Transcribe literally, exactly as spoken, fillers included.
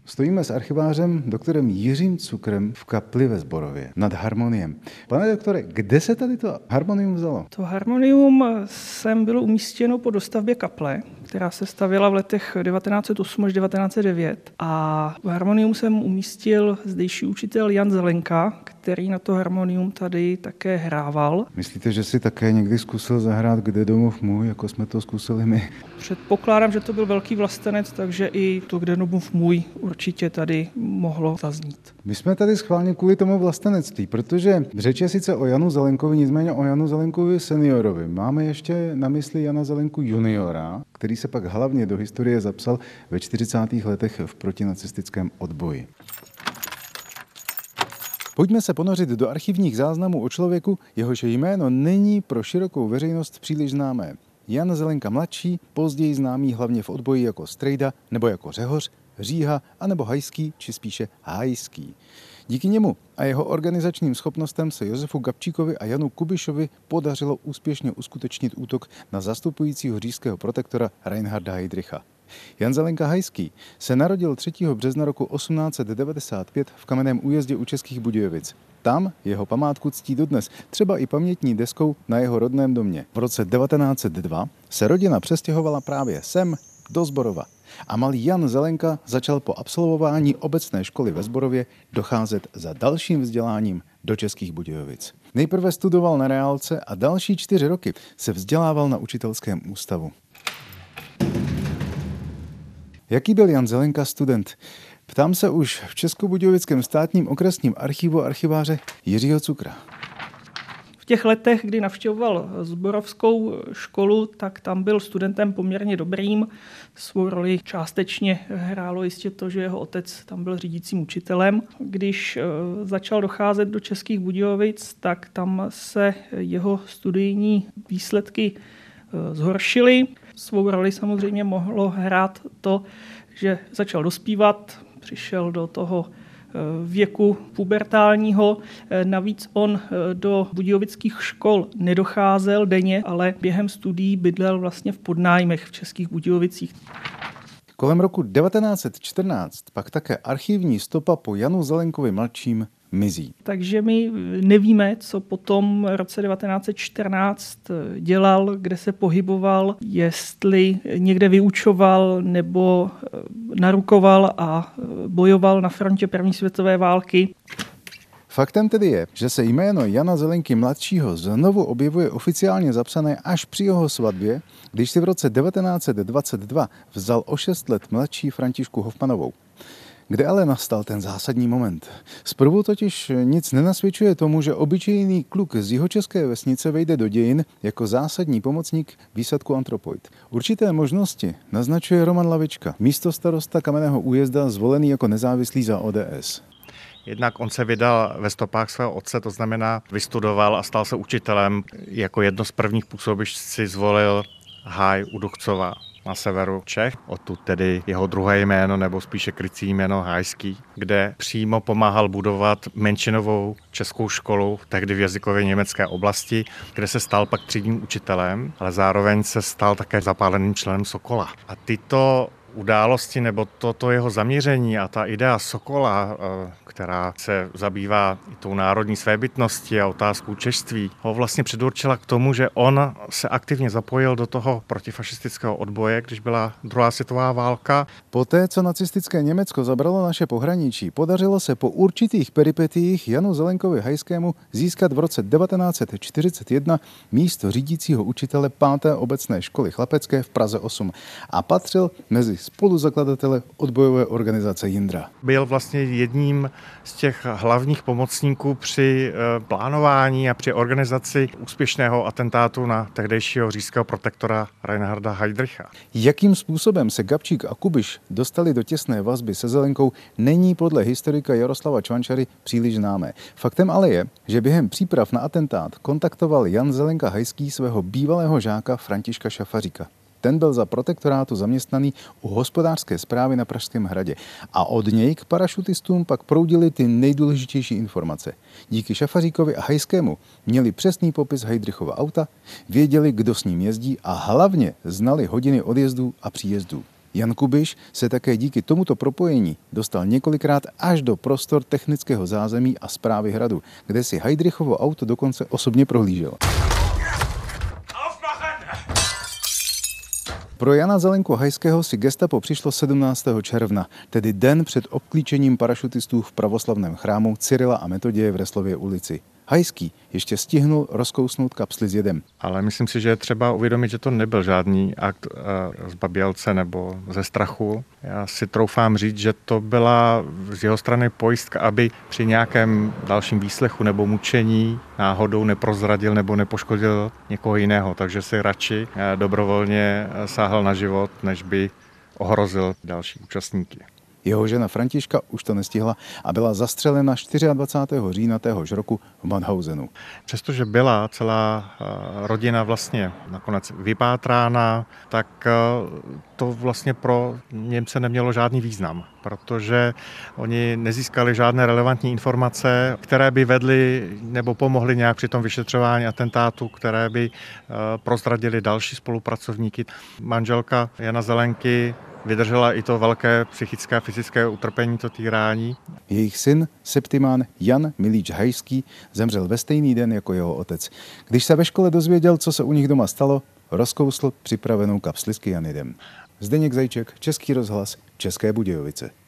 Stojíme s archivářem doktorem Jiřím Cukrem v kapli ve Zborově nad harmoniem. Pane doktore, kde se tady to harmonium vzalo? To harmonium sem bylo umístěno po dostavbě kaple, která se stavěla v letech devatenáct set osm až devatenáct set devět. A harmonium jsem umístil zdejší učitel Jan Zelenka, který na to harmonium tady také hrával. Myslíte, že si také někdy zkusil zahrát Kde domov můj, jako jsme to zkusili my? Předpokládám, že to byl velký vlastenec, takže i to Kde domov můj určitě tady mohlo zaznít. My jsme tady schválně kvůli tomu vlastenectví, protože řeč je sice o Janu Zelenkovi, nicméně o Janu Zelenkovi seniorovi. Máme ještě na mysli Jana Zelenku juniora, který se pak hlavně do historie zapsal ve čtyřicátých letech v protinacistickém odboji. Pojďme se ponořit do archivních záznamů o člověku, jehož jméno není pro širokou veřejnost příliš známé. Jan Zelenka mladší, později známý hlavně v odboji jako Strejda nebo jako Řehoř, Říha anebo Hajský, či spíše Hajský. Díky němu a jeho organizačním schopnostem se Josefu Gabčíkovi a Janu Kubišovi podařilo úspěšně uskutečnit útok na zastupujícího říšského protektora Reinharda Heydricha. Jan Zelenka Hajský se narodil třetího března roku osmnáct set devadesát pět v Kamenném Újezdě u Českých Budějovic. Tam jeho památku ctí dodnes, třeba i pamětní deskou na jeho rodném domě. V roce devatenáct set dva se rodina přestěhovala právě sem do Zborova. A malý Jan Zelenka začal po absolvování obecné školy ve Zborově docházet za dalším vzděláním do Českých Budějovic. Nejprve studoval na reálce a další čtyři roky se vzdělával na učitelském ústavu. Jaký byl Jan Zelenka student? Ptám se už v Českobudějovickém státním okresním archivu archiváře Jiřího Cukra. V těch letech, kdy navštěvoval Zborovskou školu, tak tam byl studentem poměrně dobrým. Svou roli částečně hrálo jistě to, že jeho otec tam byl řídícím učitelem. Když začal docházet do Českých Budějovic, tak tam se jeho studijní výsledky zhoršily. Svou roli samozřejmě mohlo hrát to, že začal dospívat, přišel do toho věku pubertálního. Navíc on do budějovických škol nedocházel denně, ale během studií bydlel vlastně v podnájmech v Českých Budějovicích. Kolem roku devatenáct set čtrnáct pak také archivní stopa po Janu Zelenkovi mladším mizí. Takže my nevíme, co po tom roce devatenáct set čtrnáct dělal, kde se pohyboval, jestli někde vyučoval nebo narukoval a bojoval na frontě první světové války. Faktem tedy je, že se jméno Jana Zelenky mladšího znovu objevuje oficiálně zapsané až při jeho svatbě, když si v roce devatenáct set dvacet dva vzal o šest let mladší Františku Hofmanovou. Kde ale nastal ten zásadní moment? Zprvu totiž nic nenasvědčuje tomu, že obyčejný kluk z jihočeské vesnice vejde do dějin jako zásadní pomocník výsadku Antropoid. Určité možnosti naznačuje Roman Lavička, místostarosta Kamenného Újezda zvolený jako nezávislý za O D S. Jednak on se vydal ve stopách svého otce, to znamená vystudoval a stal se učitelem. Jako jedno z prvních působišť si zvolil Háj u Duchcova na severu Čech, odtud tedy jeho druhé jméno, nebo spíše krycí jméno Hajský, kde přímo pomáhal budovat menšinovou českou školu, tehdy v jazykově německé oblasti, kde se stal pak třídním učitelem, ale zároveň se stal také zapáleným členem Sokola. A tyto události nebo toto jeho zaměření a ta idea Sokola, která se zabývá i tou národní svébytností a otázkou češství, ho vlastně předurčila k tomu, že on se aktivně zapojil do toho protifašistického odboje, když byla druhá světová válka. Poté, co nacistické Německo zabralo naše pohraničí, podařilo se po určitých peripetiích Janu Zelenkovi Hajskému získat v roce devatenáct set čtyřicet jedna místo řídícího učitele páté obecné školy chlapecké v Praze osm a patřil mezi spoluzakladatele odbojové organizace Jindra. Byl vlastně jedním z těch hlavních pomocníků při plánování a při organizaci úspěšného atentátu na tehdejšího říšského protektora Reinharda Heydricha. Jakým způsobem se Gabčík a Kubiš dostali do těsné vazby se Zelenkou, není podle historika Jaroslava Čvančary příliš známé. Faktem ale je, že během příprav na atentát kontaktoval Jan Zelenka Hajský svého bývalého žáka Františka Šafaříka. Ten byl za protektorátu zaměstnaný u hospodářské správy na Pražském hradě a od něj k parašutistům pak proudily ty nejdůležitější informace. Díky Šafaříkovi a Hajskému měli přesný popis Heydrichova auta, věděli, kdo s ním jezdí a hlavně znali hodiny odjezdů a příjezdů. Jan Kubiš se také díky tomuto propojení dostal několikrát až do prostor technického zázemí a správy hradu, kde si Heydrichovo auto dokonce osobně prohlížel. Pro Jana Zelenku Hajského si gestapo přišlo sedmnáctého června, tedy den před obklíčením parašutistů v pravoslavném chrámu Cyrila a Metoděje v Reslově ulici. Hajský ještě stihnul rozkousnout kapsli s jedem. Ale myslím si, že je třeba uvědomit, že to nebyl žádný akt uh, zbabělce nebo ze strachu. Já si troufám říct, že to byla z jeho strany pojistka, aby při nějakém dalším výslechu nebo mučení náhodou neprozradil nebo nepoškodil někoho jiného. Takže si radši uh, dobrovolně sáhl na život, než by ohrozil další účastníky. Jeho žena Františka už to nestihla a byla zastřelena dvacátého čtvrtého října téhož roku v Mannhausenu. Přestože byla celá rodina vlastně nakonec vypátrána, tak to vlastně pro Němce nemělo žádný význam, protože oni nezískali žádné relevantní informace, které by vedly nebo pomohly nějak při tom vyšetřování atentátu, které by prozradili další spolupracovníky. Manželka Jana Zelenky vydržela i to velké psychické a fyzické utrpení, to týrání. Jejich syn, septimán Jan Milíč Hajský, zemřel ve stejný den jako jeho otec. Když se ve škole dozvěděl, co se u nich doma stalo, rozkousl připravenou kapsli s kyanidem. Zdeněk Zajíček, Český rozhlas, České Budějovice.